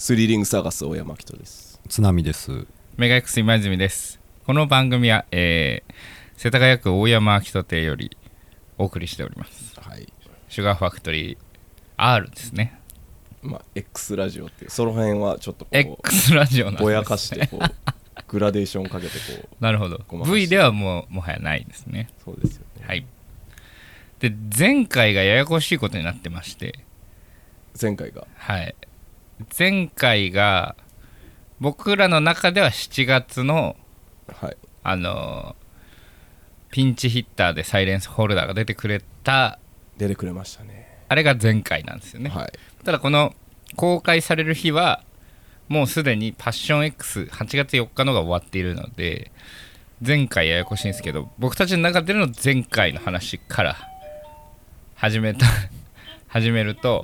スリリングサーガス大山明人です。 津波です。 メガ X 今泉です。この番組は、世田谷区大山明人邸よりお送りしております。 はい。 シュガーファクトリー R ですね。 まあ X ラジオっていうその辺はちょっとこう X ラジオなんですね。 ぼやかしてこうグラデーションかけてこうなるほど。V ではもはやないですね。 そうですよね。 はい。で前回がややこしいことになってまして。 前回が僕らの中では7月の、 はい、 ピンチヒッターでサイレンスホルダーが出てくれましたね。 あれが前回なんですよね、 はい、 ただこの公開される日はもうすでにパッション X8 月4日のが終わっているので、前回ややこしいんですけど、僕たちの中での前回の話から始めると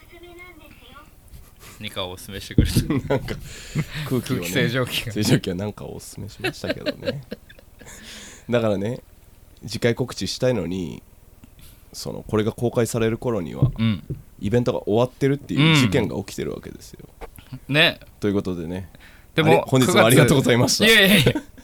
何かをおすすめしてくれるなんか空気清浄機は何かをおすすめしましたけどねだからね、次回告知したいのにこれが公開される頃には、イベントが終わってるっていう事件が起きてるわけですよ、 ね。 ということでね、 でも本日もありがとうございました。 いや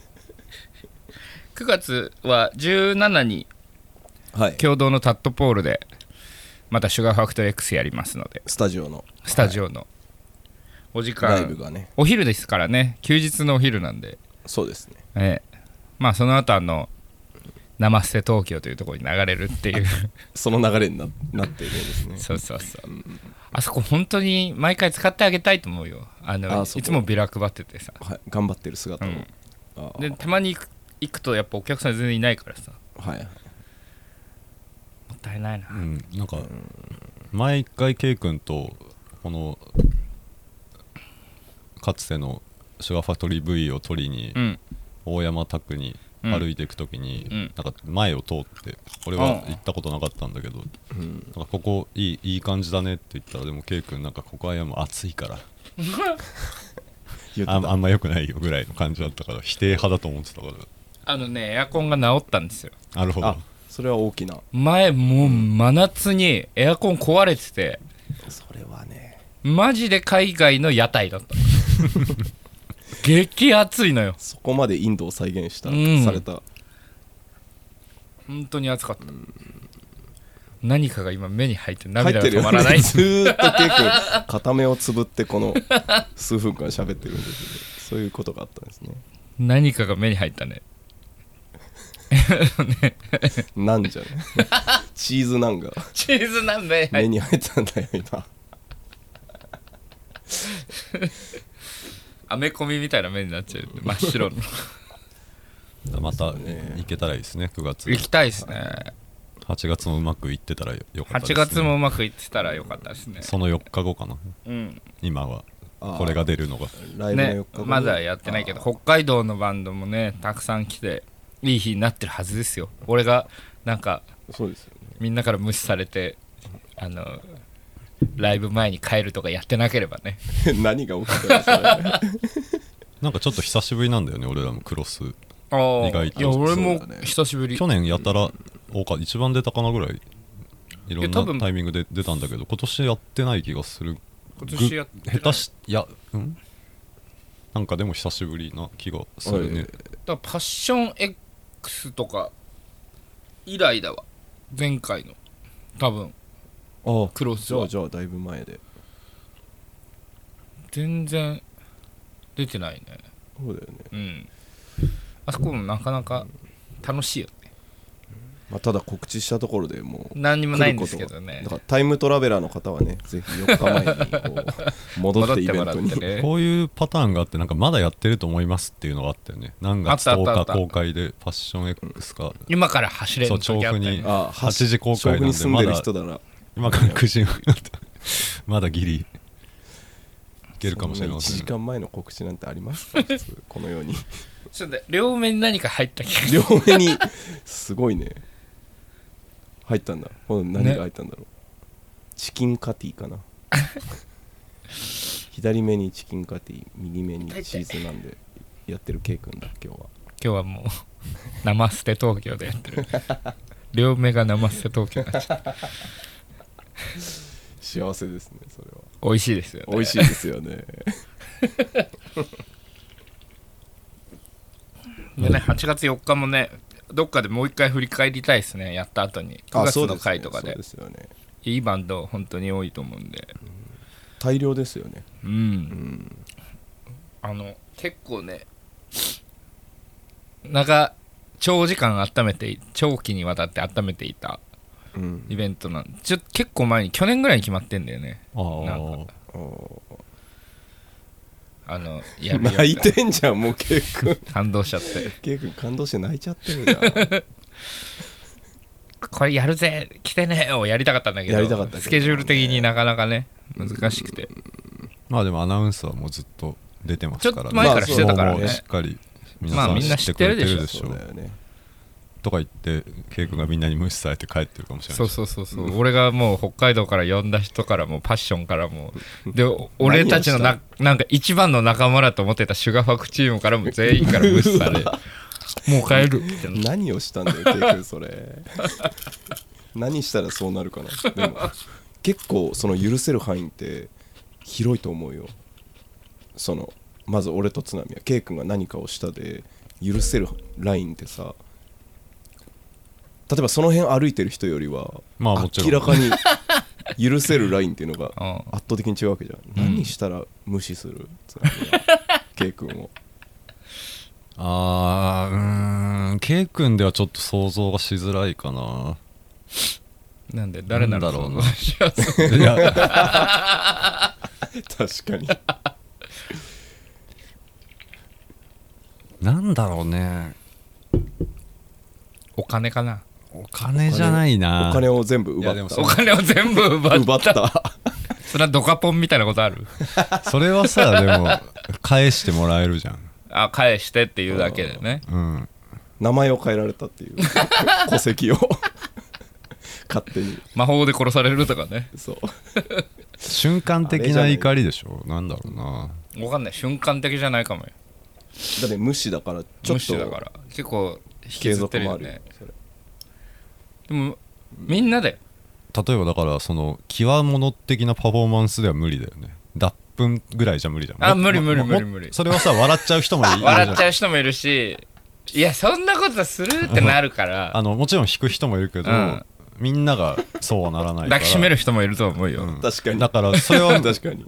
9月は17に共同のタットポールでまたシュガーファクトリー X やりますので、スタジオのお時間、 ライブがね、 お昼ですからね、休日のお昼なんで。 そうですね、 まあその後ナマステ東京というところに流れるっていうその流れに なっているんですね。 そう、あそこ本当に毎回使ってあげたいと思うよ。いつもビラ配っててさ、 はい、頑張ってる姿を、 でたまに行くとやっぱお客さん全然いないからさ、 はい、 もったいないな、 なんか毎回 K 君とこのかつてのシュガーファクトリー V を取りに、大山宅に歩いていくときに、なんか前を通って、これは行ったことなかったんだけど、なんかここいい感じだねって言ったら、でも K 君なんかここはもう暑いからあんま良くないよぐらいの感じだったから、否定派だと思ってたから。 エアコンが直ったんですよ。 なるほど。 それは大きな。 前もう真夏にエアコン壊れてて、 それはねマジで海外の屋台だった激暑いのよ。 そこまでインドを再現した、された。 本当に暑かった。何かが今目に入って涙が止まらない。 ずーっと結構片目をつぶってこの数分間喋ってるんですけど、そういうことがあったんですね。 何かが目に入ったねなんじゃねチーズナンが目に入ったんだよ今アメコミみたいな目になっちゃう、真っ白のまた行けたらいいですね。9月行きたいですね。 8月もうまくいってたらよかったですね。 8月もうまくいってたらよかったですね。 その4日後かな、今はこれが出るのがライブの4日後、 まだやってないけど、北海道のバンドもねたくさん来ていい日になってるはずですよ。俺がなんかそうですよ、ね、 みんなから無視されてライブ前に帰るとかやってなければね何が起きたんですかねなんかちょっと久しぶりなんだよね、俺らもクロス。意外と。 いや俺も久しぶり。 去年やたら一番出たかなぐらい、いろんなタイミングで出たんだけど、今年やってない気がする。 今年やってない。 下手しなんかでも久しぶりな気がするね。 だからパッション X とか以来だわ、前回の多分。クロスはじゃあだいぶ前で全然出てないね。 そうだよね、 あそこもなかなか楽しいよね。 ただ告知したところでもう何にもないんですけどね。 だからタイムトラベラーの方はね、ぜひ4日前にこう戻ってイベントにね、 こういうパターンがあって、なんかまだやってると思いますっていうのがあったよね。何月10日公開でパッション X か、 今から走れるの調布に 8 8時公開なんで、 まだ今から9時まだギリいけるかもしれません。 1時間前の告知なんてありますか普通このようにちょっと両目に何か入った気がする。 両目にすごいね入ったんだ。何が入ったんだろう、チキンカティかな左目にチキンカティ、右目にチーズなんでやってる K 君だ。今日はもうナマステ東京でやってる両目がナマステ東京になっちゃった幸せですねそれは。 美味しいですよね。 美味しいですよねでね、8月4日もね、どっかでもう一回振り返りたいですね、やった後に。9月の回とかで。 そうですよね。 いいバンド本当に多いと思うんで。 大量ですよね。 結構ね、長時間温めて、長期にわたって温めていたイベントなんで、結構前に、去年ぐらいに決まってんだよね。 泣いてんじゃん、もうケイ君感動しちゃって。 ケイ君感動して泣いちゃってるじゃんこれやるぜ来てねをやりたかったんだけど、スケジュール的になかなかね難しくて。 まあでもアナウンスはもうずっと出てますからね。 ちょっと前からしてたからね。 しっかり皆さん知ってくれてるでしょう。とか言ってケイ君がみんなに無視されて帰ってるかもしれない。 そう俺がもう北海道から呼んだ人からもパッションからもで、俺たちのなんか一番の仲間だと思ってたシュガーファクチームからも全員から無視されもう帰る何をしたんだよケイ君それ何したらそうなるかな。でも結構その許せる範囲って広いと思うよ。そのまず俺と津波はケイ君が何かをしたで許せるラインってさ、例えばその辺歩いてる人よりはまあもちろん明らかに許せるラインっていうのが圧倒的に違うわけじゃん。何したら無視するケイ君を。 ケイ君ではちょっと想像がしづらいかな。 なんで誰なんだろうな。 いや確かになんだろうね。 お金かな。 お金じゃないな。 お金を全部奪った。 お金を全部奪ったそれはドカポンみたいなことあるそれはさでも返してもらえるじゃん。 返してっていうだけでね。 名前を変えられたっていう戸籍を勝手に魔法で殺されるとかね。 そう瞬間的な怒りでしょ。なんだろうな。 分かんない。瞬間的じゃないかもよ。 だって無視だからちょっと無視だから結構引きずってるよね。でもみんなで例えばだからその極物的なパフォーマンスでは無理だよね。脱粉ぐらいじゃ無理じゃん。 無理それはさ笑っちゃう人もいる笑っちゃう人もいるし、いやそんなことするってなるからもちろん引く人もいるけど、みんながそうはならないから抱きしめる人もいると思うよ。 確かに。 だからそれは確かに。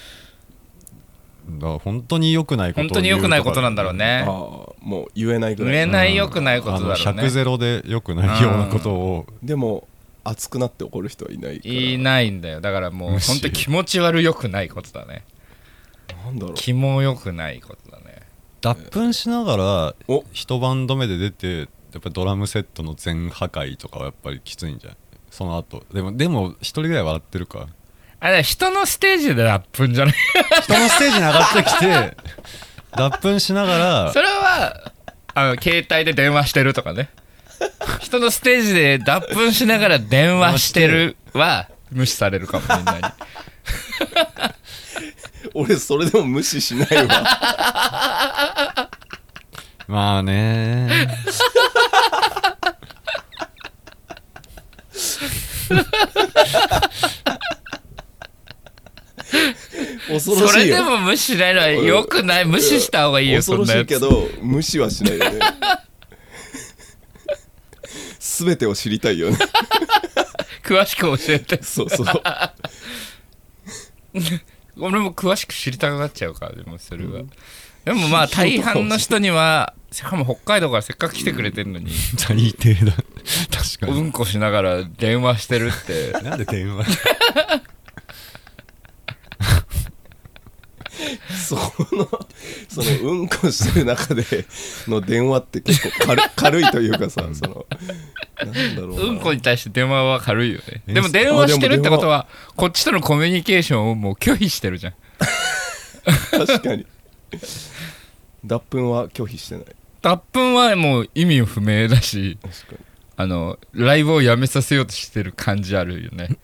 だから本当に良くないこと。 本当に良くないことなんだろうね。 もう言えないぐらい。 言えない良くないことだろうね。 100ゼロで良くないようなことを。 でも熱くなって怒る人はいないから。 いないんだよ。だからもう本当に気持ち悪良くないことだね。 なんだろう。 気も良くないことだね。 脱粉しながら一バンド目で出てやっぱりドラムセットの全破壊とかはやっぱりきついんじゃない。その後でも一人ぐらい笑ってるか。 人のステージで脱粉じゃない人のステージに上がってきて脱粉しながらそれは携帯で電話してるとかね。人のステージで脱粉しながら電話してるは無視されるかもみんなに俺それでも無視しないわまあね恐ろしいよ。 それでも無視しないのはよくない。無視した方がいいよ。 恐ろしいけど無視はしないよね全てを知りたいよね詳しく教えて。 そう俺も詳しく知りたくなっちゃうから。でもそれは、でもまあ大半の人には、しかも北海道からせっかく来てくれてるのに最低だ確かに。 うんこしながら電話してるってなんで電話そのうんこしてる中での電話って結構軽いというかさ、なんだろうな。 うんこに対して電話は軽いよね。でも電話してるってことはこっちとのコミュニケーションをもう拒否してるじゃん確かに脱粉は拒否してない。 脱粉はもう意味不明だし、 確かにライブをやめさせようとしてる感じあるよね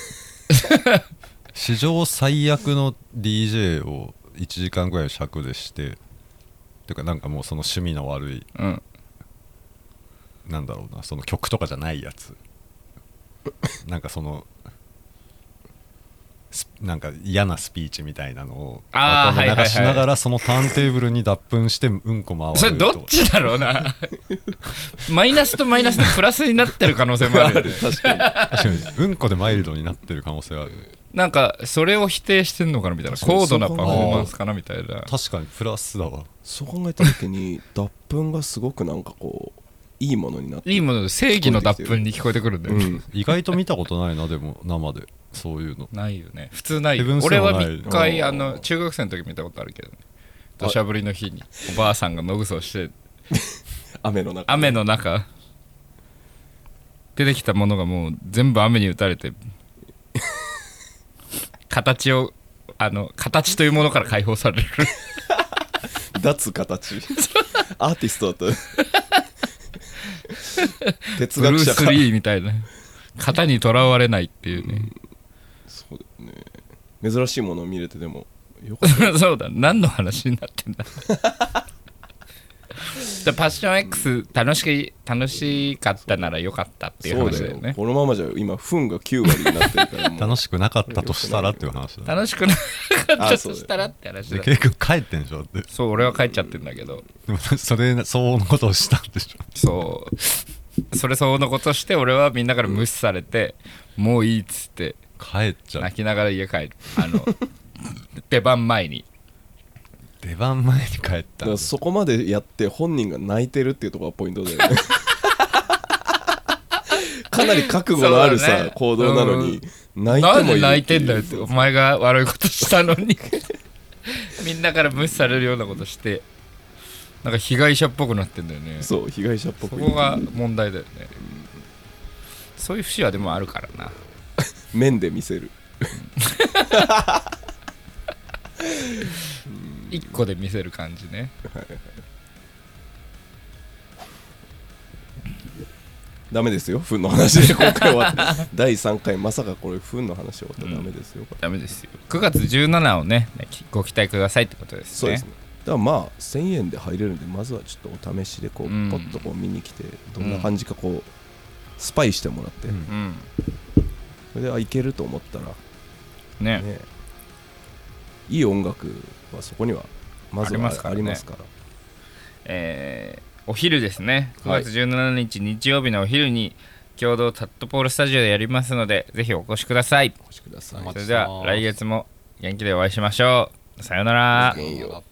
史上最悪の DJ を1時間ぐらい尺でしててかなんかもうその趣味の悪い、なんだろうな、その曲とかじゃないやつなんかそのなんか嫌なスピーチみたいなのをあー流しながらそのターンテーブルに脱粉してうんこ回るとそれどっちだろうなマイナスとマイナスでプラスになってる可能性もあるよね確かに確かにうんこでマイルドになってる可能性がある。 なんかそれを否定してんのかなみたいな、 確かに高度なパフォーマンスかなみたいな。 確かにプラスだわ。 そう考えた時に脱粉がすごくなんかこういいものになっていいもので正義の脱粉に聞こえてくるんだよね、 意外と見たことないな。でも生でそういうのないよね、普通ないよ。 ヘブンス俺はもない 1回中学生の時見たことあるけどね、土砂降りの日におばあさんが野ぐそして雨の中雨の中出てきたものがもう全部雨に打たれて形というものから解放される脱形アーティストだった哲ブルース・学者かリーみたいな型にとらわれないっていうね、 そうだよね、珍しいものを見れてでもよかったそうだ、何の話になってんだパッション X 楽しかったならよかったっていうそうだよ話だよね。 このままじゃ今糞が9割になってるからもう楽しくなかったとしたらっていう話だ。 楽しくなかったとあそうだよしたらって話だ。 で結局帰ってんでしょって。 そう、俺は帰っちゃってんだけど、 でもそれ相応のことをしたんでしょ。 それ相応のことして俺はみんなから無視されて、もういいっつって帰っちゃう。 泣きながら家帰る。出番前に。 出番前に帰っただからそこまでやって本人が泣いてるっていうところがポイントだよねかなり覚悟のあるさ、 そうだね行動なのに、泣いてなんでもいい泣いてんだよって、 いうお前が悪いことしたのにみんなから無視されるようなことして、なんか被害者っぽくなってんだよね。 そう被害者っぽくそこが問題だよね。そういう節はでもあるからな。 面で見せる一個で見せる感じね。 ダメですよ糞の話で今回は第3回まさかこれ糞の話終わったらダメですよ、これダメですよ。9月17をねご期待くださいってことですね。 そうですね。だからまあ1000円で入れるんで、まずはちょっとお試しでこう、 うんポッとこう見に来てどんな感じかこうスパイしてもらって、 うんそれでいけると思ったらねね、いい音楽はそこにはまずはありますから、 お昼ですね、 はい 9月17日日曜日のお昼に共同タットポールスタジオでやりますので、ぜひお越しください。 お越しください。 お待ちそれでは来月も元気でお会いしましょう。さようなら。 ごきげんよう。